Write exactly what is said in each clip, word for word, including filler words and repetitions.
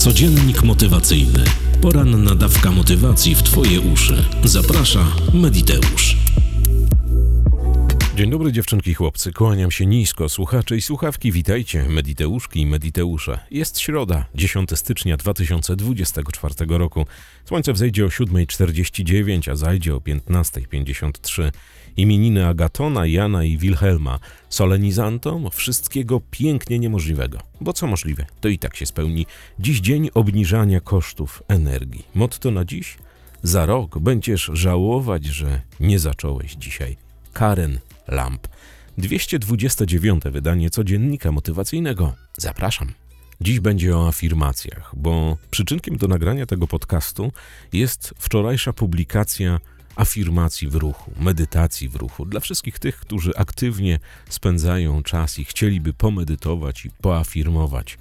Codziennik motywacyjny. Poranna dawka motywacji w Twoje uszy. Zaprasza Mediteusz. Dzień dobry dziewczynki i chłopcy, kłaniam się nisko, słuchacze i słuchawki, witajcie, Mediteuszki i Mediteusze. Jest środa, dziesiątego stycznia dwa tysiące dwudziestego czwartego roku. Słońce wzejdzie o siódma czterdzieści dziewięć, a zajdzie o piętnasta pięćdziesiąt trzy. Imieniny Agatona, Jana i Wilhelma. Solenizantom wszystkiego pięknie niemożliwego. Bo co możliwe, to i tak się spełni. Dziś dzień obniżania kosztów energii. Motto na dziś? Za rok będziesz żałować, że nie zacząłeś dzisiaj. Karen Lamp. dwieście dwudzieste dziewiąte wydanie codziennika motywacyjnego. Zapraszam. Dziś będzie o afirmacjach, bo przyczynkiem do nagrania tego podcastu jest wczorajsza publikacja afirmacji w ruchu, medytacji w ruchu. Dla wszystkich tych, którzy aktywnie spędzają czas i chcieliby pomedytować i poafirmować,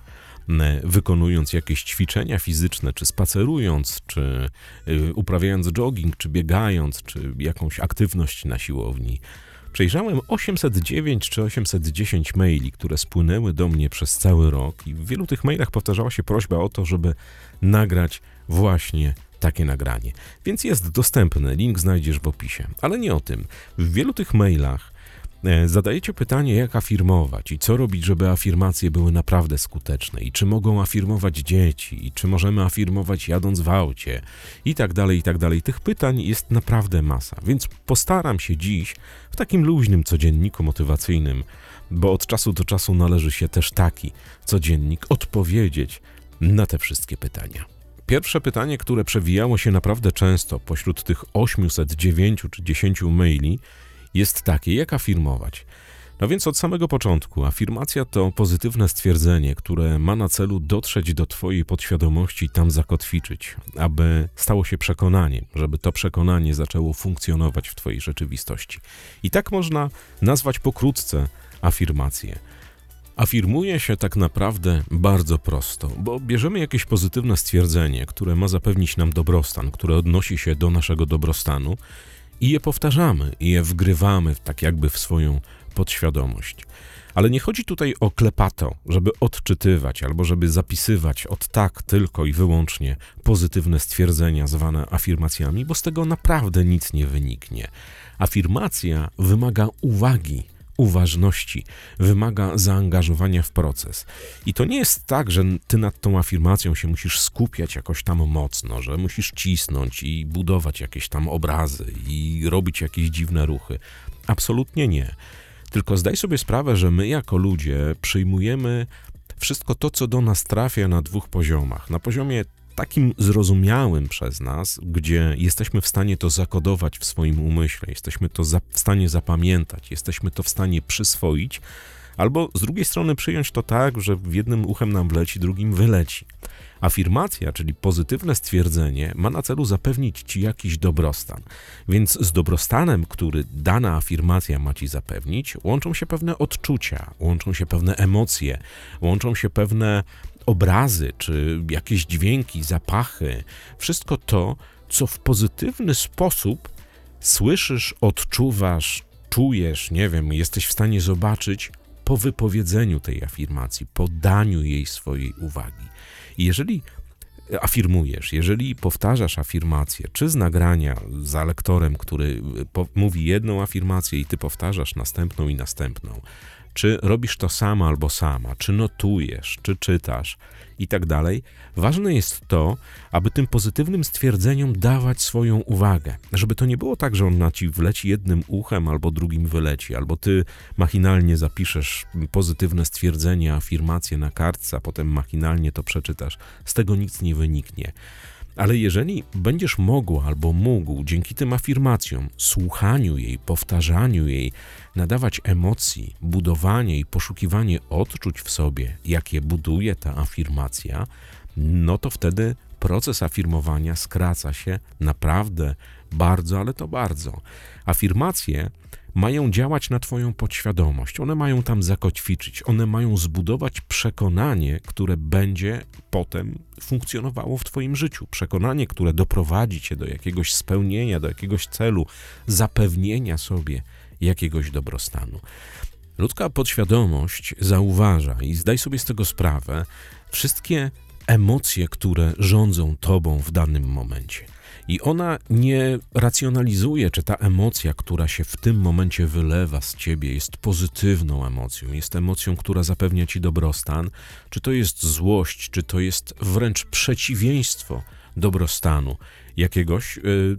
wykonując jakieś ćwiczenia fizyczne, czy spacerując, czy uprawiając jogging, czy biegając, czy jakąś aktywność na siłowni. Przejrzałem osiemset dziewięć czy osiemset dziesięć maili, które spłynęły do mnie przez cały rok i w wielu tych mailach powtarzała się prośba o to, żeby nagrać właśnie takie nagranie. Więc jest dostępny, link znajdziesz w opisie. Ale nie o tym. W wielu tych mailach zadajecie pytanie, jak afirmować i co robić, żeby afirmacje były naprawdę skuteczne i czy mogą afirmować dzieci i czy możemy afirmować jadąc w aucie i tak dalej, i tak dalej. Tych pytań jest naprawdę masa, więc postaram się dziś w takim luźnym codzienniku motywacyjnym, bo od czasu do czasu należy się też taki codziennik, odpowiedzieć na te wszystkie pytania. Pierwsze pytanie, które przewijało się naprawdę często pośród tych osiemset dziewięć czy dziesięć maili, jest takie, jak afirmować. No więc od samego początku afirmacja to pozytywne stwierdzenie, które ma na celu dotrzeć do Twojej podświadomości i tam zakotwiczyć, aby stało się przekonaniem, żeby to przekonanie zaczęło funkcjonować w Twojej rzeczywistości. I tak można nazwać pokrótce afirmację. Afirmuje się tak naprawdę bardzo prosto, bo bierzemy jakieś pozytywne stwierdzenie, które ma zapewnić nam dobrostan, które odnosi się do naszego dobrostanu i je powtarzamy, i je wgrywamy tak jakby w swoją podświadomość. Ale nie chodzi tutaj o klepato, żeby odczytywać albo żeby zapisywać od tak tylko i wyłącznie pozytywne stwierdzenia zwane afirmacjami, bo z tego naprawdę nic nie wyniknie. Afirmacja wymaga uwagi, uważności, wymaga zaangażowania w proces. I to nie jest tak, że ty nad tą afirmacją się musisz skupiać jakoś tam mocno, że musisz cisnąć i budować jakieś tam obrazy i robić jakieś dziwne ruchy. Absolutnie nie. Tylko zdaj sobie sprawę, że my jako ludzie przyjmujemy wszystko to, co do nas trafia na dwóch poziomach. Na poziomie takim zrozumiałym przez nas, gdzie jesteśmy w stanie to zakodować w swoim umyśle, jesteśmy to za, w stanie zapamiętać, jesteśmy to w stanie przyswoić, albo z drugiej strony przyjąć to tak, że w jednym uchem nam wleci, drugim wyleci. Afirmacja, czyli pozytywne stwierdzenie, ma na celu zapewnić Ci jakiś dobrostan. Więc z dobrostanem, który dana afirmacja ma Ci zapewnić, łączą się pewne odczucia, łączą się pewne emocje, łączą się pewne obrazy, czy jakieś dźwięki, zapachy. Wszystko to, co w pozytywny sposób słyszysz, odczuwasz, czujesz, nie wiem, jesteś w stanie zobaczyć po wypowiedzeniu tej afirmacji, po daniu jej swojej uwagi. I jeżeli afirmujesz, jeżeli powtarzasz afirmację, czy z nagrania za lektorem, który po- mówi jedną afirmację i ty powtarzasz następną i następną, czy robisz to sama albo sama, czy notujesz, czy czytasz i tak dalej, ważne jest to, aby tym pozytywnym stwierdzeniom dawać swoją uwagę. Żeby to nie było tak, że ona ci wleci jednym uchem albo drugim wyleci, albo ty machinalnie zapiszesz pozytywne stwierdzenie, afirmację na kartce, a potem machinalnie to przeczytasz. Z tego nic nie wyniknie. Ale jeżeli będziesz mogła albo mógł dzięki tym afirmacjom, słuchaniu jej, powtarzaniu jej, nadawać emocji, budowanie i poszukiwanie odczuć w sobie, jakie buduje ta afirmacja, no to wtedy proces afirmowania skraca się naprawdę bardzo, ale to bardzo. Afirmacje mają działać na Twoją podświadomość, one mają tam zakotwiczyć, one mają zbudować przekonanie, które będzie potem funkcjonowało w Twoim życiu. Przekonanie, które doprowadzi Cię do jakiegoś spełnienia, do jakiegoś celu, zapewnienia sobie jakiegoś dobrostanu. Ludzka podświadomość zauważa i zdaj sobie z tego sprawę, wszystkie emocje, które rządzą tobą w danym momencie. I ona nie racjonalizuje, czy ta emocja, która się w tym momencie wylewa z ciebie, jest pozytywną emocją, jest emocją, która zapewnia ci dobrostan, czy to jest złość, czy to jest wręcz przeciwieństwo dobrostanu jakiegoś,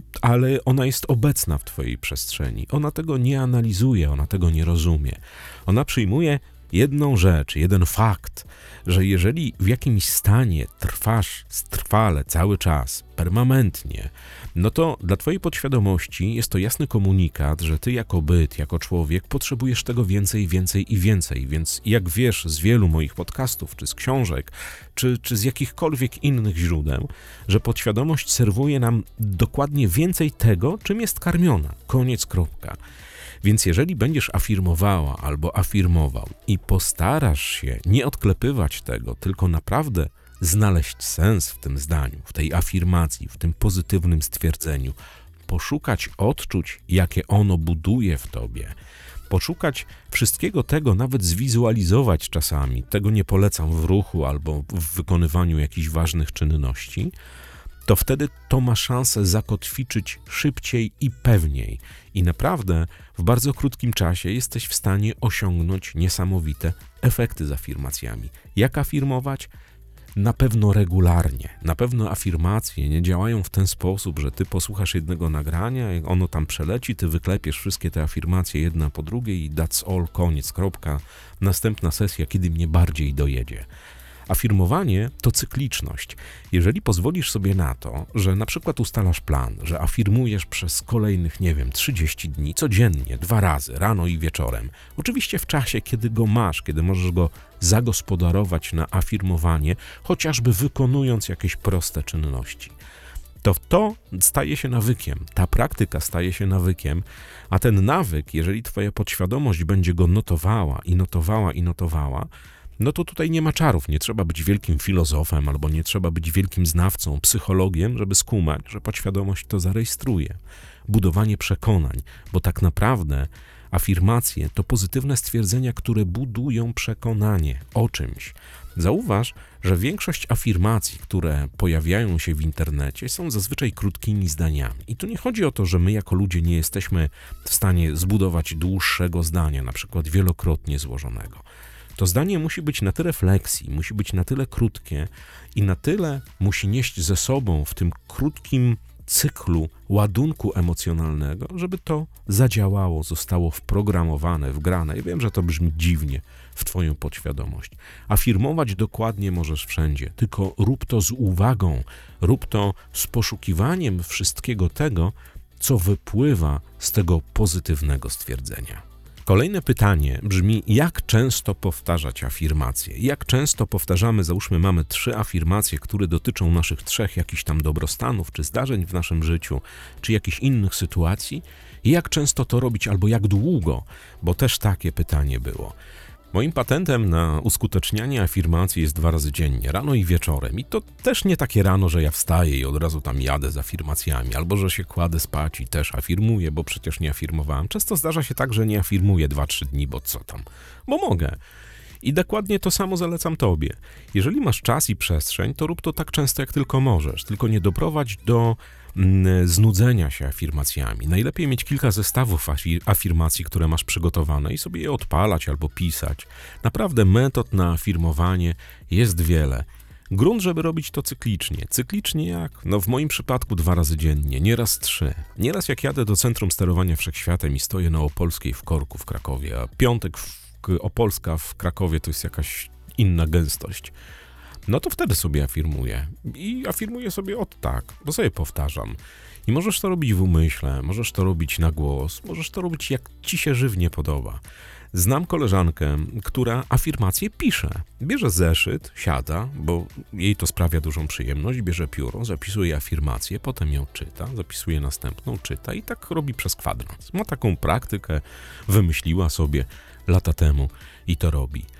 ale ona jest obecna w twojej przestrzeni. Ona tego nie analizuje, ona tego nie rozumie. Ona przyjmuje jedną rzecz, jeden fakt, że jeżeli w jakimś stanie trwasz trwale, cały czas, permanentnie, no to dla twojej podświadomości jest to jasny komunikat, że ty jako byt, jako człowiek potrzebujesz tego więcej, więcej i więcej. Więc jak wiesz z wielu moich podcastów, czy z książek, czy, czy z jakichkolwiek innych źródeł, że podświadomość serwuje nam dokładnie więcej tego, czym jest karmiona. Koniec, kropka. Więc jeżeli będziesz afirmowała albo afirmował i postarasz się nie odklepywać tego, tylko naprawdę znaleźć sens w tym zdaniu, w tej afirmacji, w tym pozytywnym stwierdzeniu, poszukać odczuć, jakie ono buduje w tobie, poszukać wszystkiego tego, nawet zwizualizować czasami, tego nie polecam w ruchu albo w wykonywaniu jakichś ważnych czynności, to wtedy to ma szansę zakotwiczyć szybciej i pewniej. I naprawdę w bardzo krótkim czasie jesteś w stanie osiągnąć niesamowite efekty z afirmacjami. Jak afirmować? Na pewno regularnie. Na pewno afirmacje nie działają w ten sposób, że ty posłuchasz jednego nagrania, ono tam przeleci, ty wyklepiesz wszystkie te afirmacje jedna po drugiej i that's all, koniec, kropka. Następna sesja, kiedy mnie bardziej dojedzie. Afirmowanie to cykliczność. Jeżeli pozwolisz sobie na to, że na przykład ustalasz plan, że afirmujesz przez kolejnych, nie wiem, trzydzieści dni, codziennie, dwa razy, rano i wieczorem, oczywiście w czasie, kiedy go masz, kiedy możesz go zagospodarować na afirmowanie, chociażby wykonując jakieś proste czynności, to to staje się nawykiem, ta praktyka staje się nawykiem, a ten nawyk, jeżeli twoja podświadomość będzie go notowała i notowała i notowała, no to tutaj nie ma czarów, nie trzeba być wielkim filozofem albo nie trzeba być wielkim znawcą, psychologiem, żeby skumać, że podświadomość to zarejestruje. Budowanie przekonań, bo tak naprawdę afirmacje to pozytywne stwierdzenia, które budują przekonanie o czymś. Zauważ, że większość afirmacji, które pojawiają się w internecie, są zazwyczaj krótkimi zdaniami. I tu nie chodzi o to, że my jako ludzie nie jesteśmy w stanie zbudować dłuższego zdania, na przykład wielokrotnie złożonego. To zdanie musi być na tyle refleksji, musi być na tyle krótkie i na tyle musi nieść ze sobą w tym krótkim cyklu ładunku emocjonalnego, żeby to zadziałało, zostało wprogramowane, wgrane. Ja wiem, że to brzmi dziwnie w twoją podświadomość. Afirmować dokładnie możesz wszędzie, tylko rób to z uwagą, rób to z poszukiwaniem wszystkiego tego, co wypływa z tego pozytywnego stwierdzenia. Kolejne pytanie brzmi, jak często powtarzać afirmacje? Jak często powtarzamy, załóżmy mamy trzy afirmacje, które dotyczą naszych trzech jakichś tam dobrostanów, czy zdarzeń w naszym życiu, czy jakichś innych sytuacji? I jak często to robić, albo jak długo? Bo też takie pytanie było. Moim patentem na uskutecznianie afirmacji jest dwa razy dziennie, rano i wieczorem. I to też nie takie rano, że ja wstaję i od razu tam jadę z afirmacjami, albo że się kładę spać i też afirmuję, bo przecież nie afirmowałem. Często zdarza się tak, że nie afirmuję dwa trzy dni, bo co tam, bo mogę. I dokładnie to samo zalecam tobie. Jeżeli masz czas i przestrzeń, to rób to tak często, jak tylko możesz. Tylko nie doprowadź do mm, znudzenia się afirmacjami. Najlepiej mieć kilka zestawów afirmacji, które masz przygotowane i sobie je odpalać albo pisać. Naprawdę metod na afirmowanie jest wiele. Grunt, żeby robić to cyklicznie. Cyklicznie jak? No w moim przypadku dwa razy dziennie, nieraz trzy. Nieraz jak jadę do Centrum Sterowania Wszechświatem i stoję na Opolskiej w korku w Krakowie, a piątek w Opolska w Krakowie to jest jakaś inna gęstość, no to wtedy sobie afirmuję. I afirmuję sobie od tak, bo sobie powtarzam. I możesz to robić w umyśle, możesz to robić na głos, możesz to robić jak ci się żywnie podoba. Znam koleżankę, która afirmacje pisze. Bierze zeszyt, siada, bo jej to sprawia dużą przyjemność, bierze pióro, zapisuje afirmację, potem ją czyta, zapisuje następną, czyta i tak robi przez kwadrans. Ma taką praktykę, wymyśliła sobie lata temu i to robi.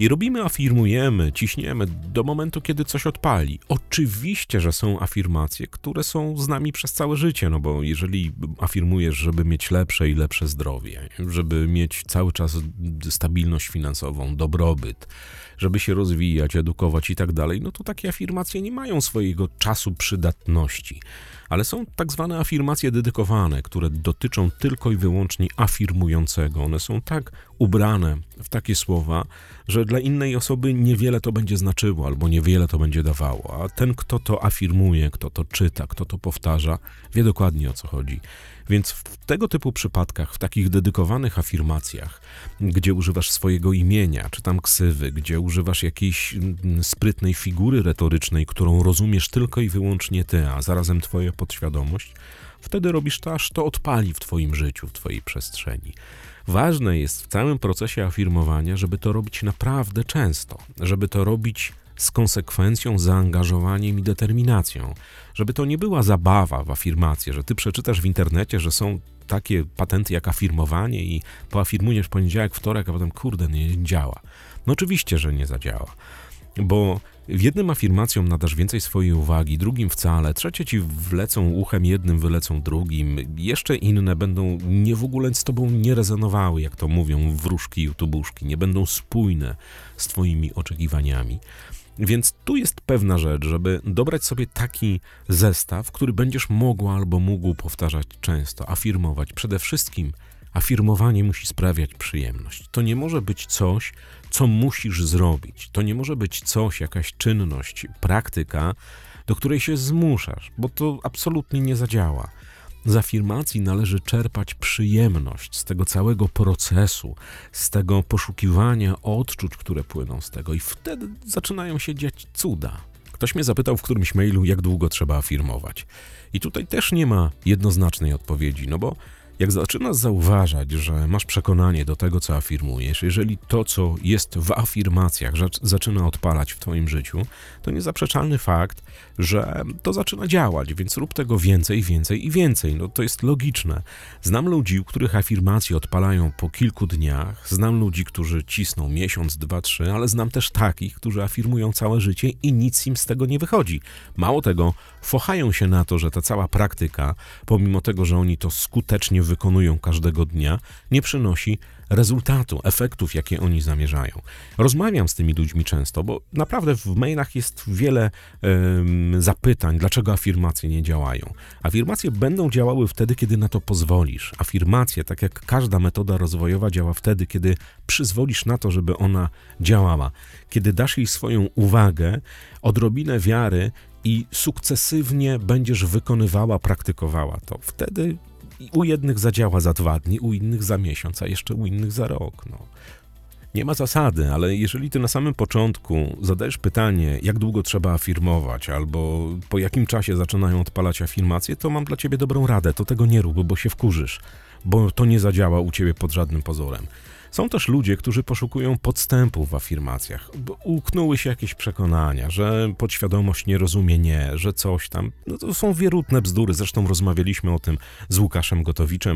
I robimy, afirmujemy, ciśniemy do momentu, kiedy coś odpali. Oczywiście, że są afirmacje, które są z nami przez całe życie, no bo jeżeli afirmujesz, żeby mieć lepsze i lepsze zdrowie, żeby mieć cały czas stabilność finansową, dobrobyt, żeby się rozwijać, edukować i tak dalej, no to takie afirmacje nie mają swojego czasu przydatności. Ale są tak zwane afirmacje dedykowane, które dotyczą tylko i wyłącznie afirmującego. One są tak ubrane w takie słowa, że dla innej osoby niewiele to będzie znaczyło albo niewiele to będzie dawało. A ten, kto to afirmuje, kto to czyta, kto to powtarza, wie dokładnie, o co chodzi. Więc w tego typu przypadkach, w takich dedykowanych afirmacjach, gdzie używasz swojego imienia, czy tam ksywy, gdzie używasz jakiejś sprytnej figury retorycznej, którą rozumiesz tylko i wyłącznie ty, a zarazem twoja podświadomość, wtedy robisz to, aż to odpali w twoim życiu, w twojej przestrzeni. Ważne jest w całym procesie afirmowania, żeby to robić naprawdę często, żeby to robić z konsekwencją, zaangażowaniem i determinacją. Żeby to nie była zabawa w afirmację, że ty przeczytasz w internecie, że są takie patenty jak afirmowanie i poafirmujesz poniedziałek, wtorek, a potem kurde, nie działa. No oczywiście, że nie zadziała. Bo w jednym afirmacjom nadasz więcej swojej uwagi, drugim wcale, trzecie ci wlecą uchem, jednym wylecą drugim, jeszcze inne będą nie w ogóle z tobą nie rezonowały, jak to mówią wróżki, jutubuszki, nie będą spójne z twoimi oczekiwaniami. Więc tu jest pewna rzecz, żeby dobrać sobie taki zestaw, który będziesz mogła albo mógł powtarzać często, afirmować. Przede wszystkim afirmowanie musi sprawiać przyjemność. To nie może być coś, co musisz zrobić. To nie może być coś, jakaś czynność, praktyka, do której się zmuszasz, bo to absolutnie nie zadziała. Z afirmacji należy czerpać przyjemność z tego całego procesu, z tego poszukiwania odczuć, które płyną z tego i wtedy zaczynają się dziać cuda. Ktoś mnie zapytał w którymś mailu, jak długo trzeba afirmować. I tutaj też nie ma jednoznacznej odpowiedzi, no bo jak zaczynasz zauważać, że masz przekonanie do tego, co afirmujesz, jeżeli to, co jest w afirmacjach, zaczyna odpalać w twoim życiu, to niezaprzeczalny fakt, że to zaczyna działać, więc rób tego więcej, więcej i więcej. No to jest logiczne. Znam ludzi, u których afirmacje odpalają po kilku dniach, znam ludzi, którzy cisną miesiąc, dwa, trzy, ale znam też takich, którzy afirmują całe życie i nic im z tego nie wychodzi. Mało tego, fochają się na to, że ta cała praktyka, pomimo tego, że oni to skutecznie wykonują każdego dnia, nie przynosi rezultatu, efektów, jakie oni zamierzają. Rozmawiam z tymi ludźmi często, bo naprawdę w mailach jest wiele um, zapytań, dlaczego afirmacje nie działają. Afirmacje będą działały wtedy, kiedy na to pozwolisz. Afirmacje, tak jak każda metoda rozwojowa, działa wtedy, kiedy przyzwolisz na to, żeby ona działała. Kiedy dasz jej swoją uwagę, odrobinę wiary i sukcesywnie będziesz wykonywała, praktykowała to. Wtedy u jednych zadziała za dwa dni, u innych za miesiąc, a jeszcze u innych za rok. No. Nie ma zasady, ale jeżeli ty na samym początku zadajesz pytanie, jak długo trzeba afirmować, albo po jakim czasie zaczynają odpalać afirmacje, to mam dla ciebie dobrą radę. To tego nie rób, bo się wkurzysz, bo to nie zadziała u ciebie pod żadnym pozorem. Są też ludzie, którzy poszukują podstępów w afirmacjach. Uknęły się jakieś przekonania, że podświadomość nie rozumie nie, że coś tam. No to są wierutne bzdury. Zresztą rozmawialiśmy o tym z Łukaszem Gotowiczem.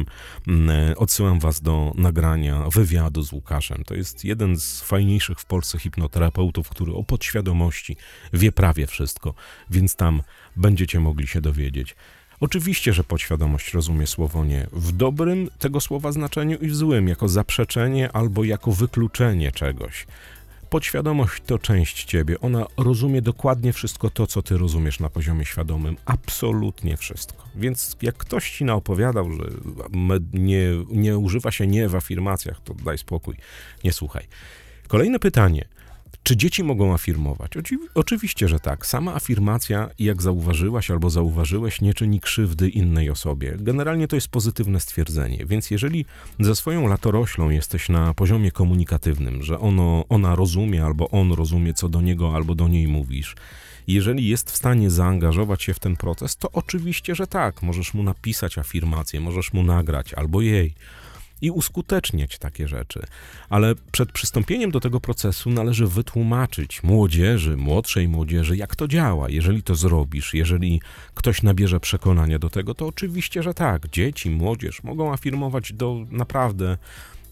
Odsyłam was do nagrania wywiadu z Łukaszem. To jest jeden z fajniejszych w Polsce hipnoterapeutów, który o podświadomości wie prawie wszystko, więc tam będziecie mogli się dowiedzieć. Oczywiście, że podświadomość rozumie słowo nie w dobrym tego słowa znaczeniu i w złym, jako zaprzeczenie albo jako wykluczenie czegoś. Podświadomość to część ciebie, ona rozumie dokładnie wszystko to, co ty rozumiesz na poziomie świadomym, absolutnie wszystko. Więc jak ktoś ci naopowiadał, że nie, nie używa się nie w afirmacjach, to daj spokój, nie słuchaj. Kolejne pytanie. Czy dzieci mogą afirmować? Oczy- oczywiście, że tak. Sama afirmacja, jak zauważyłaś albo zauważyłeś, nie czyni krzywdy innej osobie. Generalnie to jest pozytywne stwierdzenie, więc jeżeli ze swoją latoroślą jesteś na poziomie komunikatywnym, że ono, ona rozumie albo on rozumie, co do niego albo do niej mówisz, jeżeli jest w stanie zaangażować się w ten proces, to oczywiście, że tak. Możesz mu napisać afirmację, możesz mu nagrać albo jej i uskuteczniać takie rzeczy. Ale przed przystąpieniem do tego procesu należy wytłumaczyć młodzieży, młodszej młodzieży, jak to działa. Jeżeli to zrobisz, jeżeli ktoś nabierze przekonania do tego, to oczywiście, że tak. Dzieci, młodzież mogą afirmować do naprawdę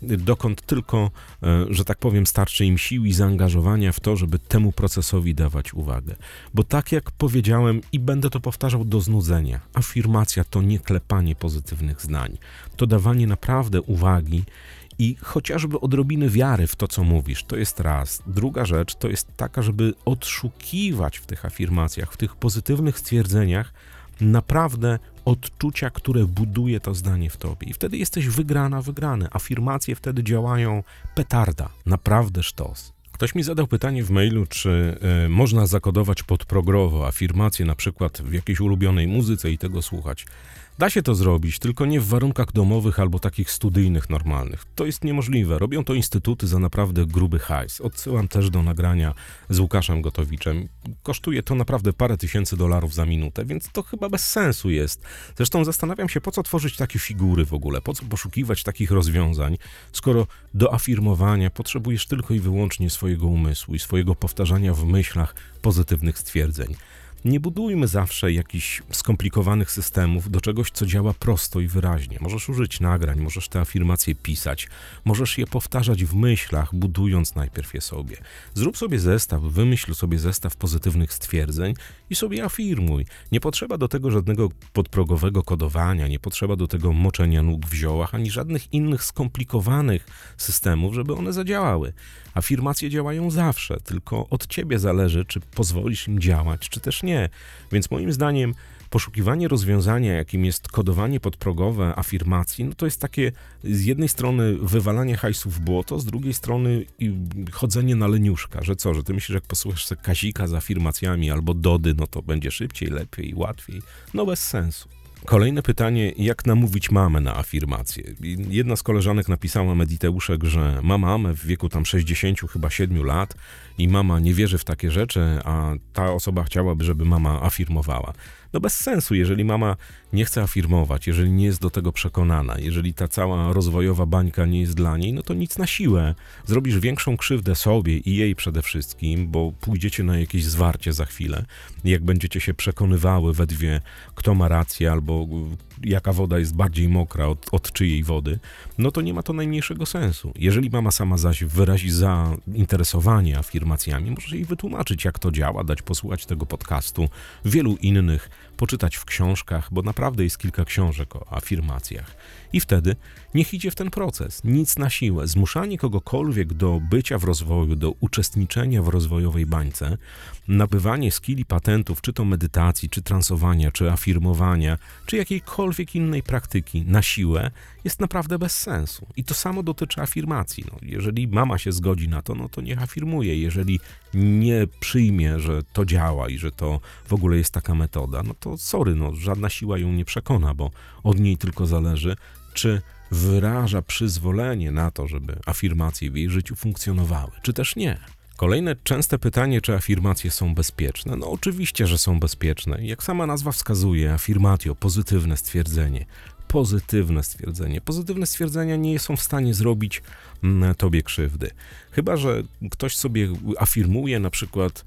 dokąd tylko, że tak powiem, starczy im sił i zaangażowania w to, żeby temu procesowi dawać uwagę. Bo tak jak powiedziałem i będę to powtarzał do znudzenia, afirmacja to nie klepanie pozytywnych zdań, to dawanie naprawdę uwagi i chociażby odrobiny wiary w to, co mówisz, to jest raz. Druga rzecz to jest taka, żeby odszukiwać w tych afirmacjach, w tych pozytywnych stwierdzeniach naprawdę odczucia, które buduje to zdanie w tobie. I wtedy jesteś wygrana, wygrany. Afirmacje wtedy działają petarda, naprawdę sztos. Ktoś mi zadał pytanie w mailu, czy y, można zakodować podprogowo afirmacje na przykład w jakiejś ulubionej muzyce i tego słuchać. Da się to zrobić, tylko nie w warunkach domowych albo takich studyjnych, normalnych. To jest niemożliwe. Robią to instytuty za naprawdę gruby hajs. Odsyłam też do nagrania z Łukaszem Gotowiczem. Kosztuje to naprawdę parę tysięcy dolarów za minutę, więc to chyba bez sensu jest. Zresztą zastanawiam się, po co tworzyć takie figury w ogóle, po co poszukiwać takich rozwiązań, skoro do afirmowania potrzebujesz tylko i wyłącznie swojego umysłu i swojego powtarzania w myślach pozytywnych stwierdzeń. Nie budujmy zawsze jakichś skomplikowanych systemów do czegoś, co działa prosto i wyraźnie. Możesz użyć nagrań, możesz te afirmacje pisać, możesz je powtarzać w myślach, budując najpierw je sobie. Zrób sobie zestaw, wymyśl sobie zestaw pozytywnych stwierdzeń i sobie afirmuj. Nie potrzeba do tego żadnego podprogowego kodowania, nie potrzeba do tego moczenia nóg w ziołach, ani żadnych innych skomplikowanych systemów, żeby one zadziałały. Afirmacje działają zawsze, tylko od ciebie zależy, czy pozwolisz im działać, czy też nie. Więc moim zdaniem poszukiwanie rozwiązania, jakim jest kodowanie podprogowe afirmacji, no to jest takie z jednej strony wywalanie hajsu w błoto, z drugiej strony chodzenie na leniuszka, że co, że ty myślisz, jak posłuchasz sobie Kazika z afirmacjami albo Dody, no to będzie szybciej, lepiej, łatwiej. No bez sensu. Kolejne pytanie, jak namówić mamę na afirmację? Jedna z koleżanek napisała Mediteuszek, że ma mamę w wieku tam sześćdziesięciu chyba siedmiu lat i mama nie wierzy w takie rzeczy, a ta osoba chciałaby, żeby mama afirmowała. No bez sensu, jeżeli mama nie chce afirmować, jeżeli nie jest do tego przekonana, jeżeli ta cała rozwojowa bańka nie jest dla niej, no to nic na siłę. Zrobisz większą krzywdę sobie i jej przede wszystkim, bo pójdziecie na jakieś zwarcie za chwilę. Jak będziecie się przekonywały we dwie, kto ma rację albo jaka woda jest bardziej mokra od, od czyjej wody, no to nie ma to najmniejszego sensu. Jeżeli mama sama zaś wyrazi zainteresowanie afirmacjami, możesz jej wytłumaczyć, jak to działa, dać posłuchać tego podcastu, wielu innych, poczytać w książkach, bo naprawdę jest kilka książek o afirmacjach. I wtedy niech idzie w ten proces, nic na siłę. Zmuszanie kogokolwiek do bycia w rozwoju, do uczestniczenia w rozwojowej bańce, nabywanie skilli patentów, czy to medytacji, czy transowania, czy afirmowania, czy jakiejkolwiek innej praktyki na siłę, jest naprawdę bez sensu. I to samo dotyczy afirmacji. No, jeżeli mama się zgodzi na to, no to niech afirmuje. Jeżeli nie przyjmie, że to działa i że to w ogóle jest taka metoda, no to sorry, no, żadna siła ją nie przekona, bo od niej tylko zależy, czy wyraża przyzwolenie na to, żeby afirmacje w jej życiu funkcjonowały, czy też nie. Kolejne częste pytanie, czy afirmacje są bezpieczne? No oczywiście, że są bezpieczne. Jak sama nazwa wskazuje, afirmatio, pozytywne stwierdzenie. Pozytywne stwierdzenie. Pozytywne stwierdzenia nie są w stanie zrobić mm, tobie krzywdy. Chyba że ktoś sobie afirmuje, na przykład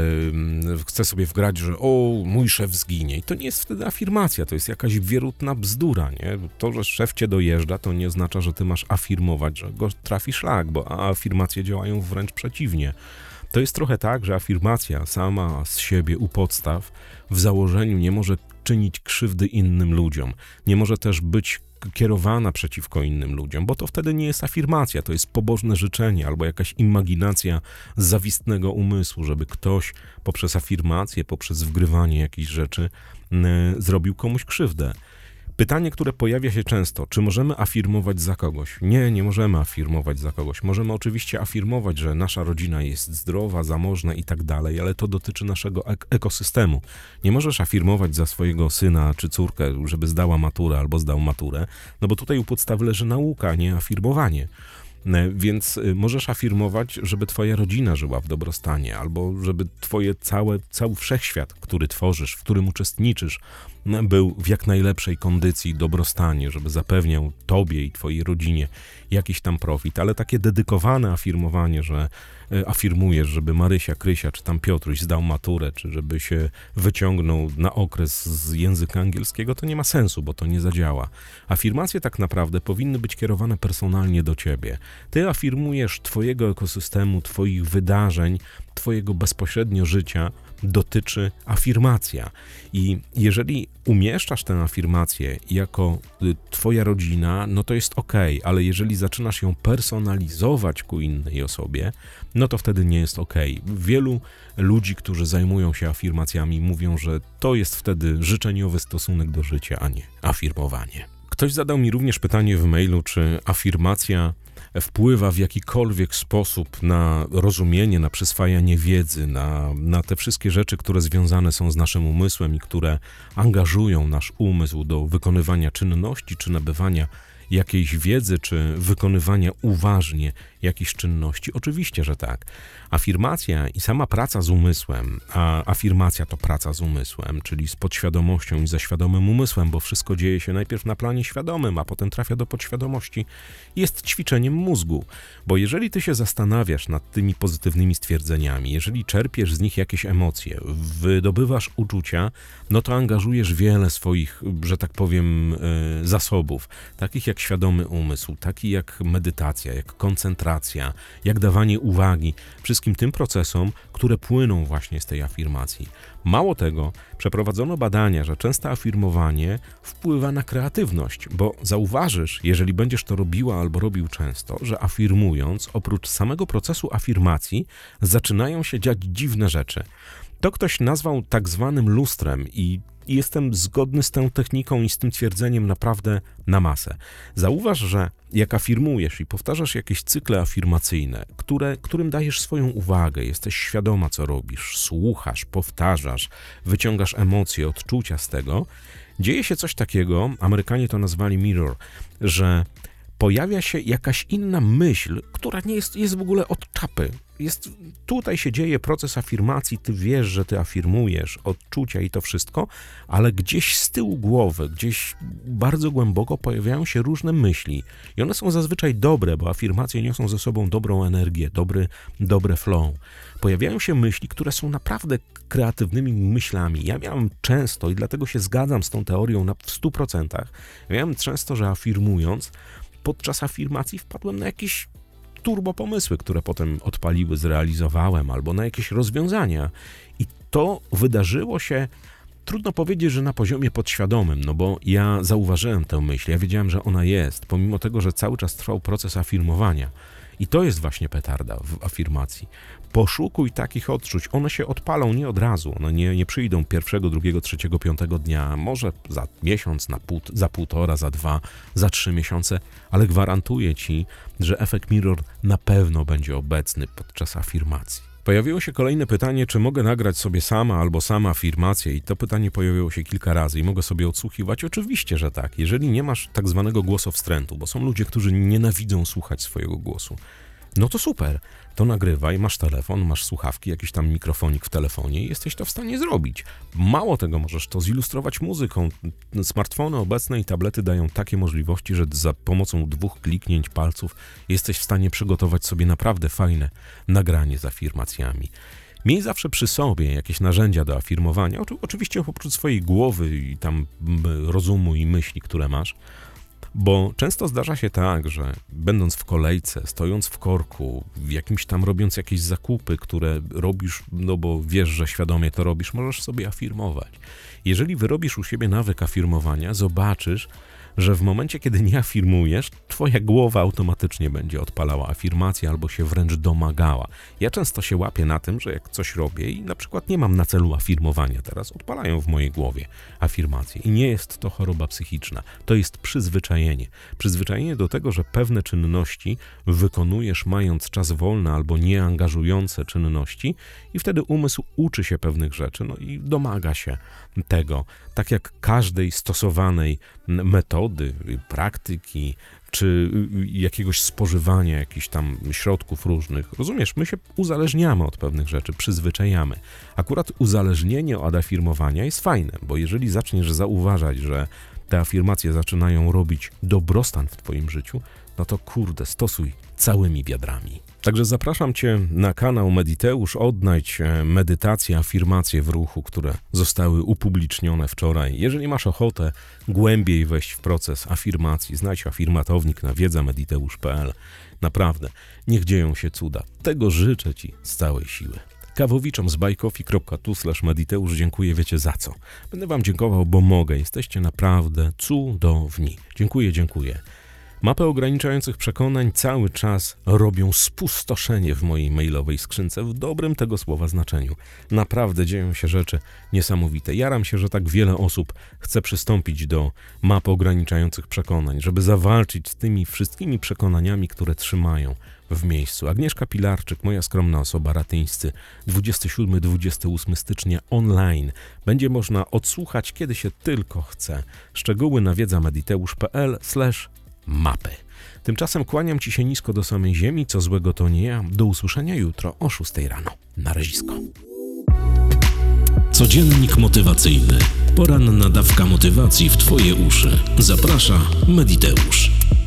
yy, chce sobie wgrać, że o, mój szef zginie. I to nie jest wtedy afirmacja, to jest jakaś wierutna bzdura, nie? To, że szef cię dojeżdża, to nie oznacza, że ty masz afirmować, że go trafi szlak, bo afirmacje działają wręcz przeciwnie. To jest trochę tak, że afirmacja sama z siebie u podstaw w założeniu nie może czynić krzywdy innym ludziom. Nie może też być kierowana przeciwko innym ludziom, bo to wtedy nie jest afirmacja, to jest pobożne życzenie albo jakaś imaginacja zawistnego umysłu, żeby ktoś poprzez afirmację, poprzez wgrywanie jakichś rzeczy yy, zrobił komuś krzywdę. Pytanie, które pojawia się często, czy możemy afirmować za kogoś? Nie, nie możemy afirmować za kogoś. Możemy oczywiście afirmować, że nasza rodzina jest zdrowa, zamożna i tak dalej, ale to dotyczy naszego ek- ekosystemu. Nie możesz afirmować za swojego syna czy córkę, żeby zdała maturę albo zdał maturę, no bo tutaj u podstawy leży nauka, a nie afirmowanie. Więc możesz afirmować, żeby twoja rodzina żyła w dobrostanie, albo żeby twoje całe, cały wszechświat, który tworzysz, w którym uczestniczysz, był w jak najlepszej kondycji, dobrostanie, żeby zapewniał tobie i twojej rodzinie jakiś tam profit, ale takie dedykowane afirmowanie, że e, afirmujesz, żeby Marysia, Krysia, czy tam Piotruś zdał maturę, czy żeby się wyciągnął na okres z języka angielskiego, to nie ma sensu, bo to nie zadziała. Afirmacje tak naprawdę powinny być kierowane personalnie do ciebie. Ty afirmujesz twojego ekosystemu, twoich wydarzeń, twojego bezpośrednio życia dotyczy afirmacja. I jeżeli umieszczasz tę afirmację jako y, twoja rodzina, no to jest okej, ale jeżeli zaczynasz ją personalizować ku innej osobie, no to wtedy nie jest okej. Wielu ludzi, którzy zajmują się afirmacjami, mówią, że to jest wtedy życzeniowy stosunek do życia, a nie afirmowanie. Ktoś zadał mi również pytanie w mailu, czy afirmacja wpływa w jakikolwiek sposób na rozumienie, na przyswajanie wiedzy, na, na te wszystkie rzeczy, które związane są z naszym umysłem i które angażują nasz umysł do wykonywania czynności, czy nabywania jakiejś wiedzy, czy wykonywania uważnie jakichś czynności? Oczywiście, że tak. Afirmacja i sama praca z umysłem, a afirmacja to praca z umysłem, czyli z podświadomością i ze świadomym umysłem, bo wszystko dzieje się najpierw na planie świadomym, a potem trafia do podświadomości, jest ćwiczeniem mózgu. Bo jeżeli ty się zastanawiasz nad tymi pozytywnymi stwierdzeniami, jeżeli czerpiesz z nich jakieś emocje, wydobywasz uczucia, no to angażujesz wiele swoich, że tak powiem, zasobów, takich jak świadomy umysł, taki jak medytacja, jak koncentracja, jak dawanie uwagi wszystkim tym procesom, które płyną właśnie z tej afirmacji. Mało tego, przeprowadzono badania, że częste afirmowanie wpływa na kreatywność, bo zauważysz, jeżeli będziesz to robiła albo robił często, że afirmując, oprócz samego procesu afirmacji, zaczynają się dziać dziwne rzeczy. To ktoś nazwał tak zwanym lustrem i jestem zgodny z tą techniką i z tym twierdzeniem naprawdę na masę. Zauważ, że jak afirmujesz i powtarzasz jakieś cykle afirmacyjne, które, którym dajesz swoją uwagę, jesteś świadoma, co robisz, słuchasz, powtarzasz, wyciągasz emocje, odczucia z tego, dzieje się coś takiego, Amerykanie to nazwali mirror, że pojawia się jakaś inna myśl, która nie jest, jest w ogóle od czapy. Jest, tutaj się dzieje proces afirmacji, ty wiesz, że ty afirmujesz, odczucia i to wszystko, ale gdzieś z tyłu głowy, gdzieś bardzo głęboko pojawiają się różne myśli i one są zazwyczaj dobre, bo afirmacje niosą ze sobą dobrą energię, dobry, dobre flow. Pojawiają się myśli, które są naprawdę kreatywnymi myślami. Ja miałem często, i dlatego się zgadzam z tą teorią na w stu procentach, miałem często, że afirmując, podczas afirmacji wpadłem na jakieś turbo pomysły, które potem odpaliły, zrealizowałem, albo na jakieś rozwiązania. I to wydarzyło się, trudno powiedzieć, że na poziomie podświadomym, no bo ja zauważyłem tę myśl, ja wiedziałem, że ona jest, pomimo tego, że cały czas trwał proces afirmowania. I to jest właśnie petarda w afirmacji. Poszukuj takich odczuć. One się odpalą nie od razu. One nie, nie przyjdą pierwszego, drugiego, trzeciego, piątego dnia. Może za miesiąc, na pół, za półtora, za dwa, za trzy miesiące, ale gwarantuję ci, że efekt mirror na pewno będzie obecny podczas afirmacji. Pojawiło się kolejne pytanie, czy mogę nagrać sobie sama albo sama afirmację i to pytanie pojawiło się kilka razy i mogę sobie odsłuchiwać? Oczywiście, że tak. Jeżeli nie masz tak zwanego głosowstrętu, bo są ludzie, którzy nienawidzą słuchać swojego głosu, no to super, to nagrywaj, masz telefon, masz słuchawki, jakiś tam mikrofonik w telefonie i jesteś to w stanie zrobić. Mało tego, możesz to zilustrować muzyką. Smartfony obecne i tablety dają takie możliwości, że za pomocą dwóch kliknięć palców jesteś w stanie przygotować sobie naprawdę fajne nagranie z afirmacjami. Miej zawsze przy sobie jakieś narzędzia do afirmowania, oczywiście oprócz swojej głowy i tam rozumu i myśli, które masz, bo często zdarza się tak, że będąc w kolejce, stojąc w korku, w jakimś tam robiąc jakieś zakupy, które robisz, no bo wiesz, że świadomie to robisz, możesz sobie afirmować. Jeżeli wyrobisz u siebie nawyk afirmowania, zobaczysz, że w momencie, kiedy nie afirmujesz, twoja głowa automatycznie będzie odpalała afirmację albo się wręcz domagała. Ja często się łapię na tym, że jak coś robię i na przykład nie mam na celu afirmowania teraz, odpalają w mojej głowie afirmacje i nie jest to choroba psychiczna, to jest przyzwyczajenie. Przyzwyczajenie do tego, że pewne czynności wykonujesz mając czas wolny albo nieangażujące czynności i wtedy umysł uczy się pewnych rzeczy, no i domaga się tego. Tak jak każdej stosowanej metody, metody, praktyki, czy jakiegoś spożywania jakichś tam środków różnych. Rozumiesz, my się uzależniamy od pewnych rzeczy, przyzwyczajamy. Akurat uzależnienie od afirmowania jest fajne, bo jeżeli zaczniesz zauważać, że te afirmacje zaczynają robić dobrostan w twoim życiu, no to kurde, stosuj całymi biadrami. Także zapraszam Cię na kanał Mediteusz, odnajdź medytacje, afirmacje w ruchu, które zostały upublicznione wczoraj. Jeżeli masz ochotę głębiej wejść w proces afirmacji, znajdź afirmatownik na wiedza mediteusz kropka p l. Naprawdę, niech dzieją się cuda. Tego życzę Ci z całej siły. Kawowiczom z buycoffee kropka tu slash mediteusz dziękuję, wiecie za co. Będę Wam dziękował, bo mogę. Jesteście naprawdę cudowni. Dziękuję, dziękuję. Mapy ograniczających przekonań cały czas robią spustoszenie w mojej mailowej skrzynce w dobrym tego słowa znaczeniu. Naprawdę dzieją się rzeczy niesamowite. Jaram się, że tak wiele osób chce przystąpić do map ograniczających przekonań, żeby zawalczyć z tymi wszystkimi przekonaniami, które trzymają w miejscu. Agnieszka Pilarczyk, moja skromna osoba, Ratyńscy, dwudziestego siódmego do dwudziestego ósmego stycznia online. Będzie można odsłuchać, kiedy się tylko chce. Szczegóły na wiedza mediteusz kropka p l slash mapy. Tymczasem kłaniam Ci się nisko do samej ziemi, co złego to nie ja. Do usłyszenia jutro o szóstej rano. Na razisko. Codziennik motywacyjny. Poranna dawka motywacji w Twoje uszy. Zaprasza Mediteusz.